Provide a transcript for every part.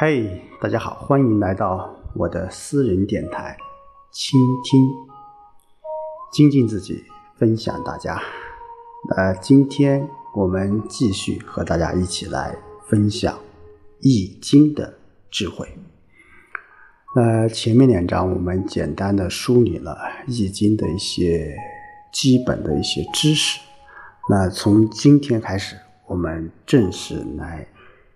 嘿，大家好，欢迎来到我的私人电台，倾听，精进自己，分享大家。今天我们继续和大家一起来分享易经的智慧。前面2章我们简单的梳理了易经的一些基本的一些知识。那从今天开始，我们正式来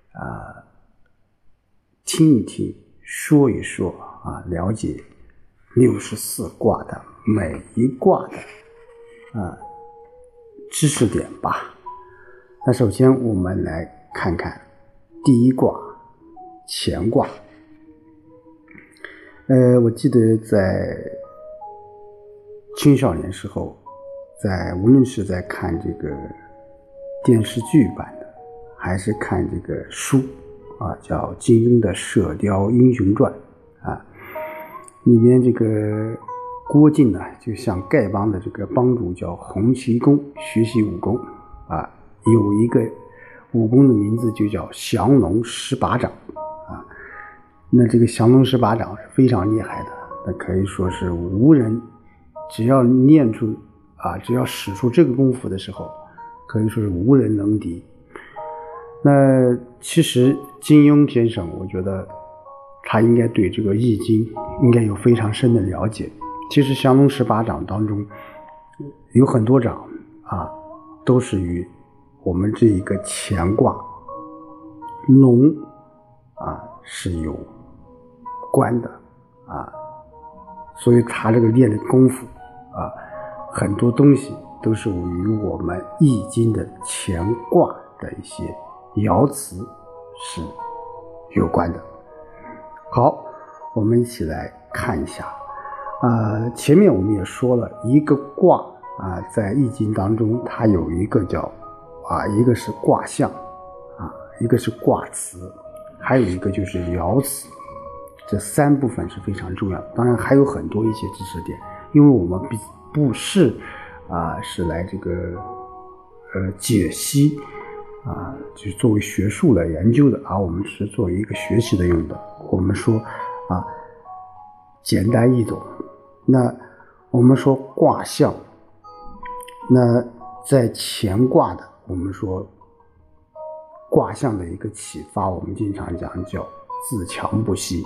听一听，说一说了解64卦的每一卦的知识点吧。那首先我们来看看第一卦乾卦。我记得在青少年时候，无论是在看这个电视剧版的，还是看这个书叫金庸的《射雕英雄传》里面这个郭靖呢，就向丐帮的这个帮主叫洪七公学习武功有一个武功的名字就叫降龙18掌那这个降龙18掌是非常厉害的，那可以说是无人只要练出只要使出这个功夫的时候，可以说是无人能敌。那其实金庸先生，我觉得他应该对这个易经应该有非常深的了解。其实降龙18掌当中有很多掌都是与我们这一个乾卦龙是有关的所以他这个练的功夫很多东西都是与我们易经的乾卦的一些爻辞是有关的。好，我们一起来看一下前面我们也说了，一个卦在易经当中它有一个叫一个是卦象一个是卦辞，还有一个就是爻辞，这3部分是非常重要的。当然还有很多一些知识点，因为我们不是是来这个解析就是作为学术来研究的我们是作为一个学习的用的。我们说简单易懂。那我们说卦象，那在乾卦的我们说卦象的一个启发，我们经常讲叫自强不息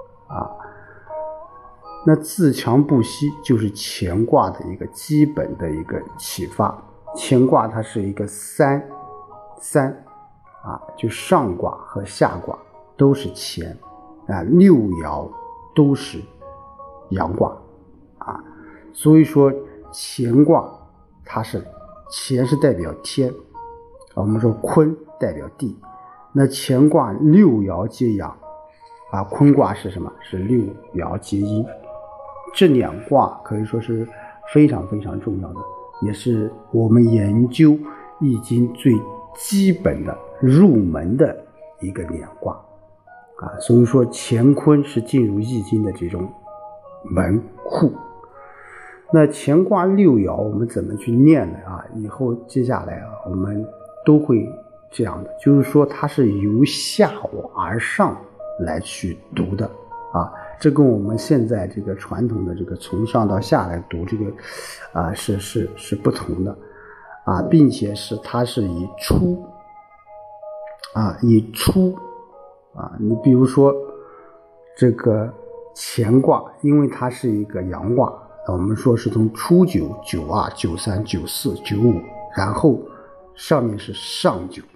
那自强不息就是乾卦的一个基本的一个启发。乾卦它是一个三就上卦和下卦都是乾6爻都是阳卦所以说乾卦它是乾是代表天我们说坤代表地，那乾卦6爻皆阳坤卦是什么？是6爻皆阴。这2卦可以说是非常非常重要的，也是我们研究易经最基本的入门的一个2卦所以说乾坤是进入易经的这种门户。那乾卦6爻我们怎么去念呢以后接下来我们都会这样的，就是说它是由下而上来去读的这跟我们现在这个传统的这个从上到下来读这个是不同的并且是它是以出你比如说这个乾卦，因为它是一个阳卦，我们说是从初九、92、93、94、95，然后上面是上九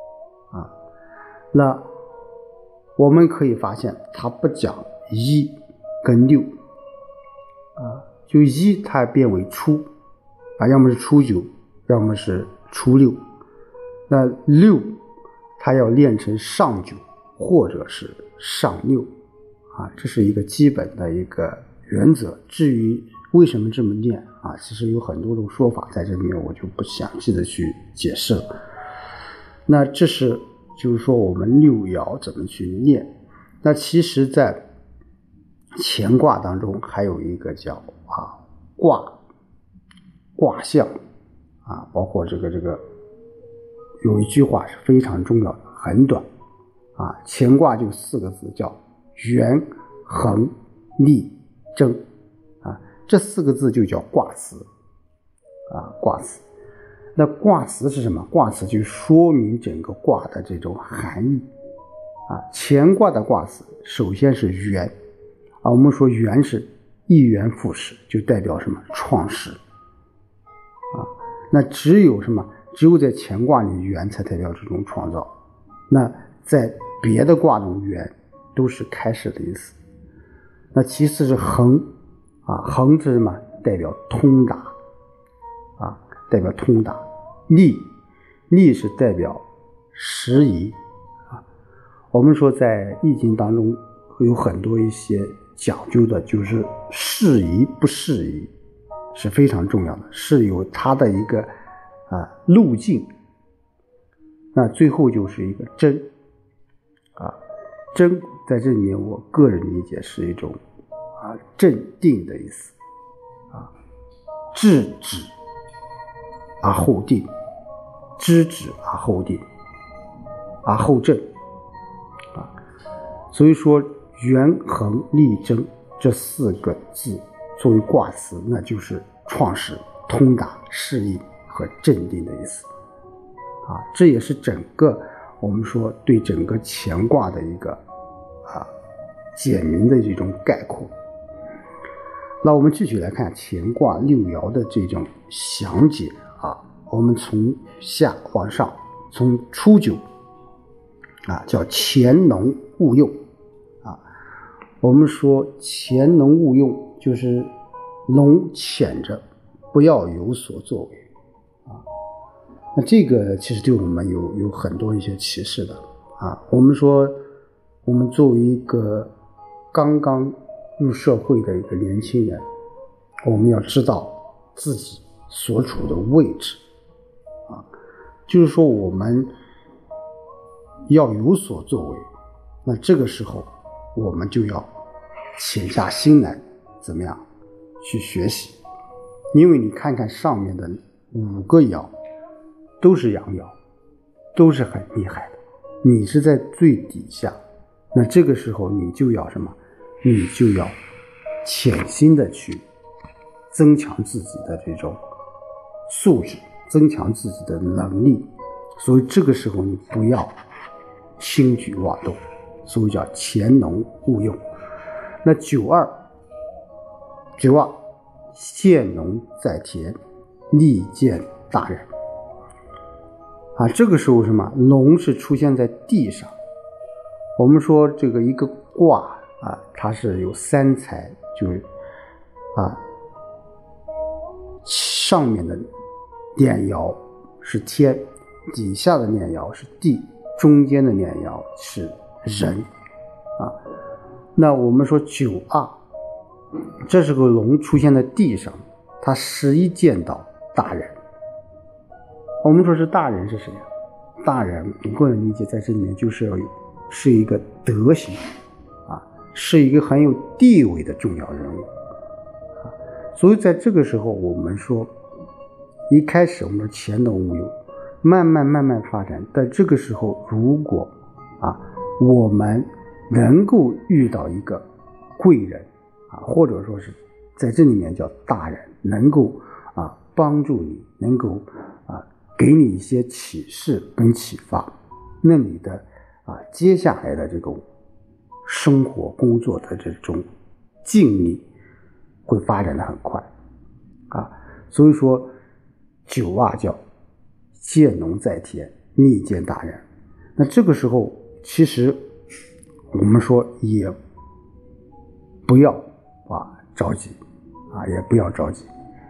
那我们可以发现它不讲1跟6就1它变为初要么是初9，要么是初6，那6它要练成上9或者是上6这是一个基本的一个原则。至于为什么这么念其实有很多种说法，在这里面我就不详细的去解释了。那这是就是说我们6爻怎么去念。那其实在乾卦当中还有一个叫卦象包括这个有一句话是非常重要的，很短乾卦就4个字，叫元亨利贞这4个字就叫卦辞卦辞。那卦辞是什么？卦辞就说明整个卦的这种含义乾卦的卦辞首先是元我们说元是一元复始，就代表什么？创始那只有什么？只有在乾卦里元才代表这种创造，那在别的卦中元都是开始的意思。那其次是亨亨是什么？代表通达代表通达。利是代表适宜我们说在易经当中有很多一些讲究的，就是适宜不适宜是非常重要的，是有它的一个路径。那最后就是一个贞贞在这里面我个人理解是一种镇定的意思制止而后定，知止而后定而后正所以说元亨利贞这4个字作为卦辞，那就是创始、通达、适应和镇定的意思这也是整个我们说对整个乾卦的一个简明的这种概括。那我们继续来看乾卦6爻的这种详解我们从下往上，从初九叫潜农勿用我们说潜农勿用就是农潜着，不要有所作为那这个其实对我们有很多一些启示的我们说我们作为一个刚刚入社会的一个年轻人，我们要知道自己所处的位置就是说我们要有所作为，那这个时候我们就要潜下心来怎么样去学习。因为你看看上面的5个爻都是阳爻，都是很厉害的，你是在最底下，那这个时候你就要什么？你就要潜心的去增强自己的这种素质，增强自己的能力。所以这个时候你不要轻举妄动，所以叫潜农勿用。那九二见农在田，利见大人这个时候什么？龙是出现在地上。我们说这个一个卦它是有3才，就是上面的链爻是天，底下的链爻是地，中间的链爻是人那我们说九二，这是个龙出现在地上，它11见到大人。我们说是大人是谁大人我个人理解在这里面是一个德行是一个很有地位的重要人物所以在这个时候我们说一开始我们说潜农勿用，慢慢发展，在这个时候如果我们能够遇到一个贵人或者说是在这里面叫大人，能够帮助你，能够给你一些启示跟启发，那你的接下来的这种生活工作的这种劲力会发展的很快所以说九叫见农在田，利见大人。那这个时候其实我们说也不要着急也不要着急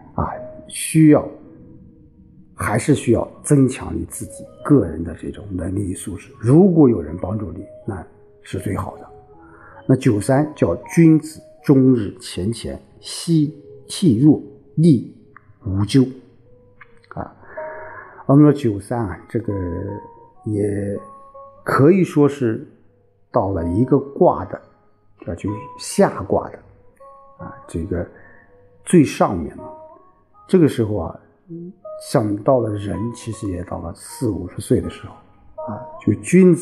还是需要增强你自己个人的这种能力素质。如果有人帮助你，那是最好的。那93叫君子终日乾乾，息气弱，力无咎我们说93这个也可以说是到了一个卦的就是下卦的这个最上面了。这个时候像到了人其实也到了40-50岁的时候就君子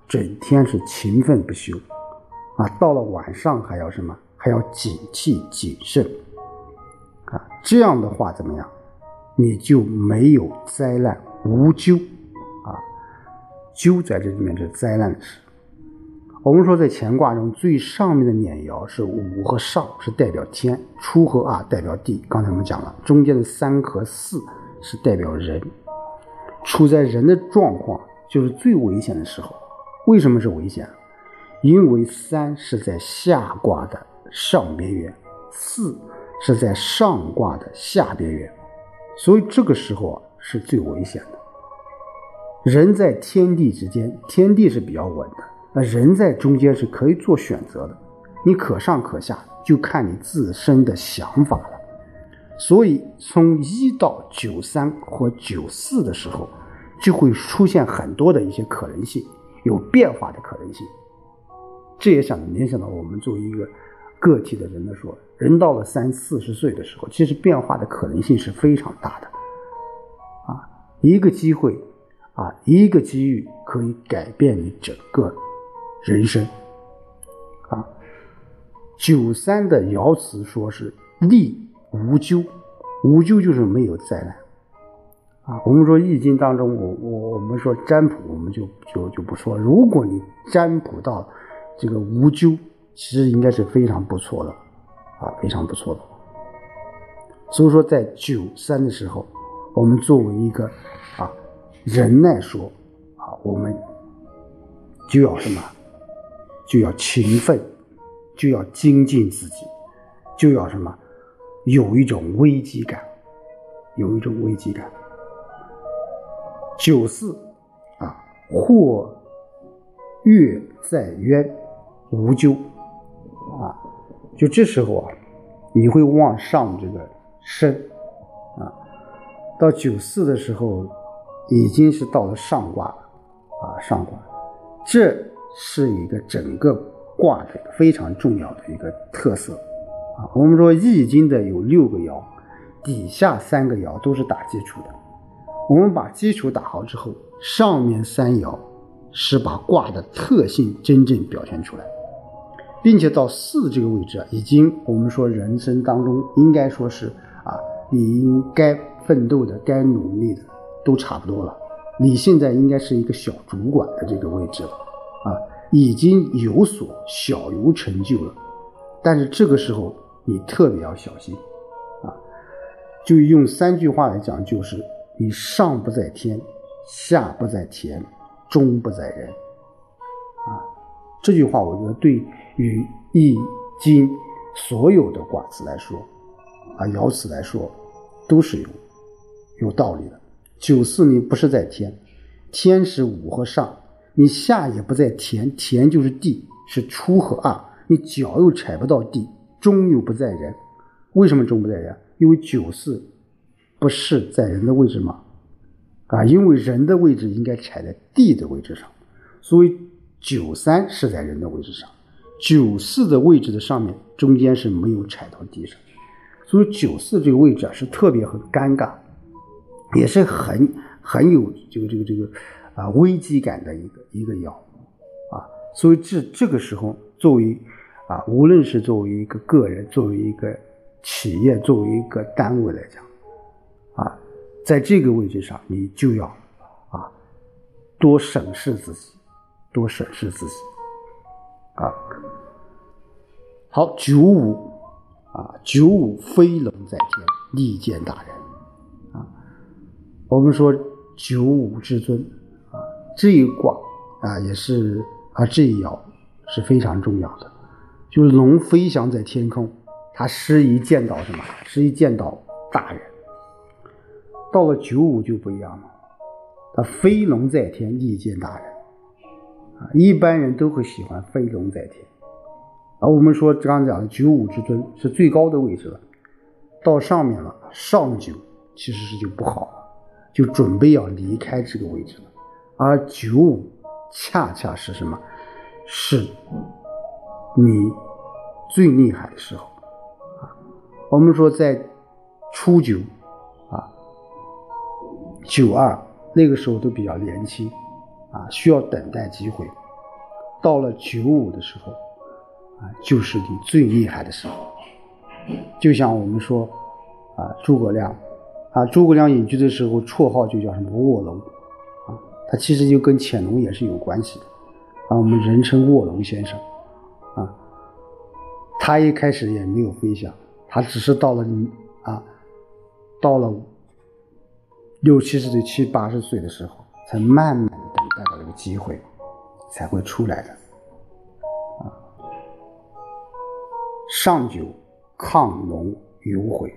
整天是勤奋不休啊，到了晚上还要什么？还要警惕谨慎啊，这样的话怎么样？你就没有灾难，无咎啊。咎在这里面是灾难的事。我们说在乾卦中最上面的辇爻是午和上，是代表天，初和二代表地，刚才我们讲了，中间的三和四是代表人。处在人的状况就是最危险的时候。为什么是危险？因为三是在下卦的上边缘，四是在上卦的下边缘，所以这个时候是最危险的。人在天地之间，天地是比较稳的，那人在中间是可以做选择的，你可上可下，就看你自身的想法了。所以从1到93或94的时候，就会出现很多的一些可能性，有变化的可能性。这也想联想到我们作为一个个体的人来说，人到了30-40岁的时候，其实变化的可能性是非常大的啊，一个机会啊，一个机遇可以改变你整个人生啊。93的爻辞说是利无咎，无咎就是没有灾难啊。我们说易经当中，我们说占卜，我们就不说，如果你占卜到这个无咎，其实应该是非常不错的啊，非常不错的。所以说在93的时候，我们作为一个人来说啊，我们就要什么？就要勤奋，就要精进自己，就要什么？有一种危机感，有一种危机感。94啊，或月在渊，无咎啊，就这时候啊，你会往上这个升啊，到94的时候已经是到了上卦了啊，上卦，这是一个整个卦的非常重要的一个特色啊。我们说易经的有6个爻，底下3个爻都是打基础的。我们把基础打好之后，上面3爻是把卦的特性真正表现出来，并且到4这个位置已经我们说人生当中应该说是你应该奋斗的，该努力的都差不多了，你现在应该是一个小主管的这个位置了啊，已经有所小有成就了。但是这个时候你特别要小心啊，就用3句话来讲，就是你上不在天，下不在田，中不在人啊。这句话我觉得对于易经所有的卦辞来说啊，爻辞来说都是有道理的。94你不是在天，天是午和上，你下也不在田，田就是地，是初和二，你脚又踩不到地，中又不在人。为什么中不在人？因为94不是在人的位置吗？因为人的位置应该踩在地的位置上，所以93是在人的位置上，94的位置的上面中间是没有踩到地上，所以94这个位置是特别很尴尬，也是很有这个危机感的一个爻啊。所以这个时候作为无论是作为一个个人，作为一个企业，作为一个单位来讲在这个位置上你就要多审视自己，多审视自己好，95飞龙在天，利见大人我们说95至尊这一卦也是这一爻是非常重要的，就是龙飞翔在天空，它适宜见到什么？适宜见到大人。到了95就不一样了，它飞龙在天，利见大人一般人都会喜欢飞龙在天我们说刚刚讲的95至尊是最高的位置了，到上面了上9其实是就不好了，就准备要离开这个位置了。而95恰恰是什么？是你最厉害的时候我们说在初992那个时候都比较年轻需要等待机会到了95的时候就是你最厉害的时候。就像我们说诸葛亮隐居的时候绰号就叫什么卧龙他其实就跟潜龙也是有关系的我们人称卧龙先生他一开始也没有飞翔，他只是到了60、70岁、70、80岁的时候，才慢慢等待到这个机会，才会出来的上九亢龙有悔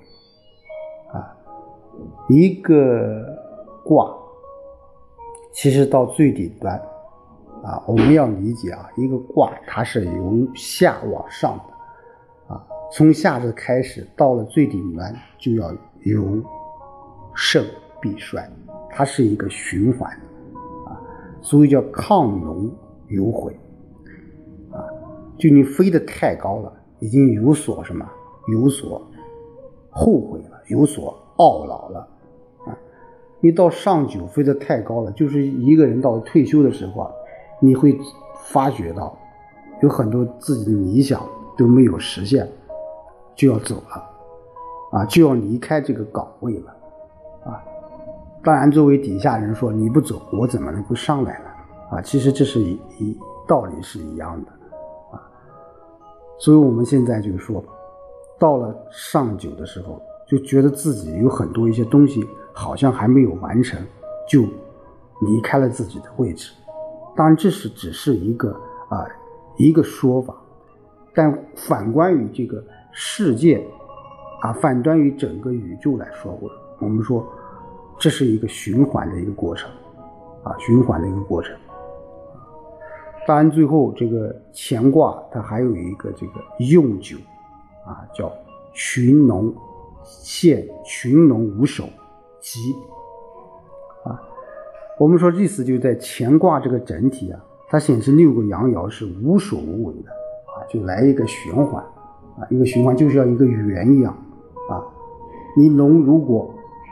一个卦其实到最顶端我们要理解一个卦它是由下往上的从下至开始到了最顶端就要由盛必衰，它是一个循环所以叫亢龙有悔就你飞得太高了，已经有所什么，有所后悔了，有所懊恼了你到上九飞得太高了，就是一个人到了退休的时候你会发觉到有很多自己的理想都没有实现，就要走了就要离开这个岗位了当然作为底下人说你不走我怎么能不上来呢其实这是道理是一样的所以我们现在就是说到了上九的时候就觉得自己有很多一些东西好像还没有完成，就离开了自己的位置。当然这只是一个说法，但反观于这个世界反观于整个宇宙来说，我们说这是一个循环的一个过程循环的一个过程。当然最后这个乾卦它还有一个这个用九叫群龙现，群龙无首吉我们说意思就在乾卦这个整体它显示6个阳爻是无首无尾的就来一个循环一个循环就像一个圆一样你龙如果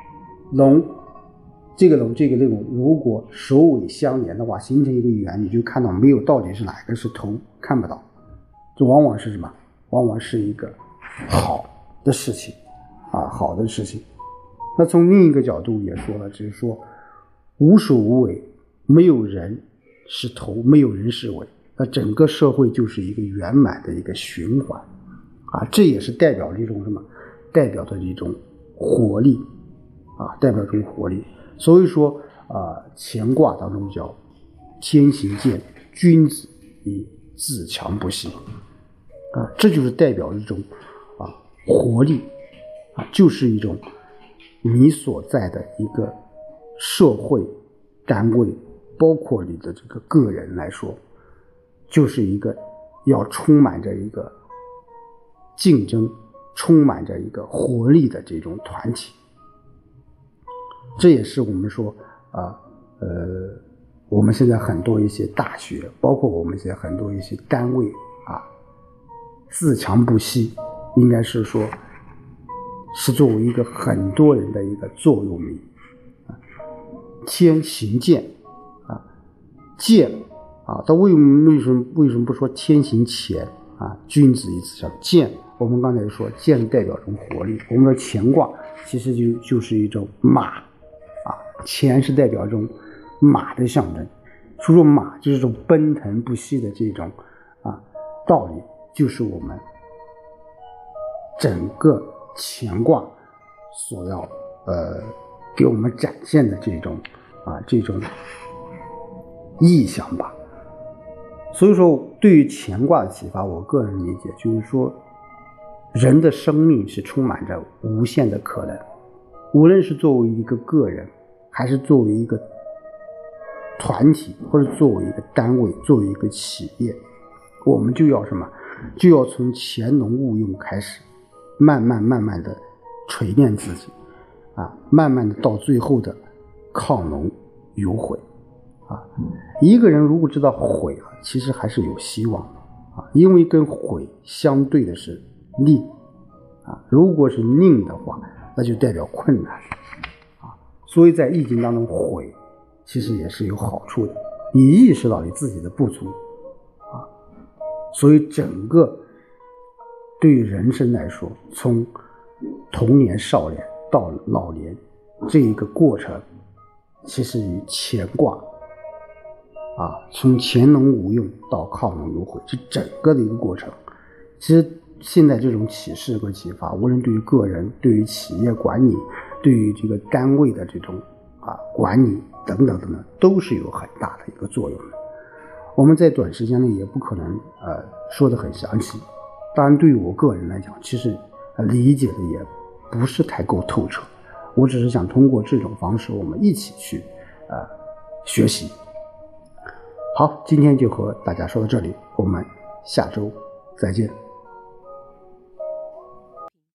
这个龙如果首尾相连的话，形成一个圆，你就看到没有到底是哪个是头，看不到。这往往是什么？往往是一个好的事情好的事情。那从另一个角度也说了，就是说无首无尾，没有人是头，没有人是尾，那整个社会就是一个圆满的一个循环这也是代表着一种什么？代表着一种活力代表这种活力。所以说乾卦当中叫天行健，君子以自强不息这就是代表一种活力就是一种你所在的一个社会单位，包括你的这个个人来说，就是一个要充满着一个竞争，充满着一个活力的这种团体。这也是我们说我们现在很多一些大学，包括我们现在很多一些单位自强不息，应该是说是作为一个很多人的一个座右铭天行健健他为什么不说天行乾君子以自强？健我们刚才说健代表一种活力，我们说乾卦其实就是一种马乾是代表一种马的象征，所以说马就是这种奔腾不息的这种道理，就是我们整个乾卦所要给我们展现的这种意象吧。所以说对于乾卦的启发，我个人理解就是说人的生命是充满着无限的可能，无论是作为一个个人，还是作为一个团体，或者作为一个单位，作为一个企业，我们就要什么？就要从潜龙勿用开始，慢慢的锤炼自己慢慢的到最后的亢龙有悔一个人如果知道悔了，其实还是有希望的因为跟悔相对的是宁如果是宁的话，那就代表困难所以在易经当中，悔其实也是有好处的。你意识到你自己的不足所以整个对于人生来说，从童年少年到老年这一个过程，其实与乾卦从潜龙勿用到亢龙有悔，这整个的一个过程，其实现在这种启示和启发，无论对于个人、对于企业管理、对于这个单位的这种管理等等等等，都是有很大的一个作用的。我们在短时间内也不可能说得很详细，当然对于我个人来讲，其实理解的也不是太够透彻，我只是想通过这种方式我们一起去学习。好，今天就和大家说到这里，我们下周再见。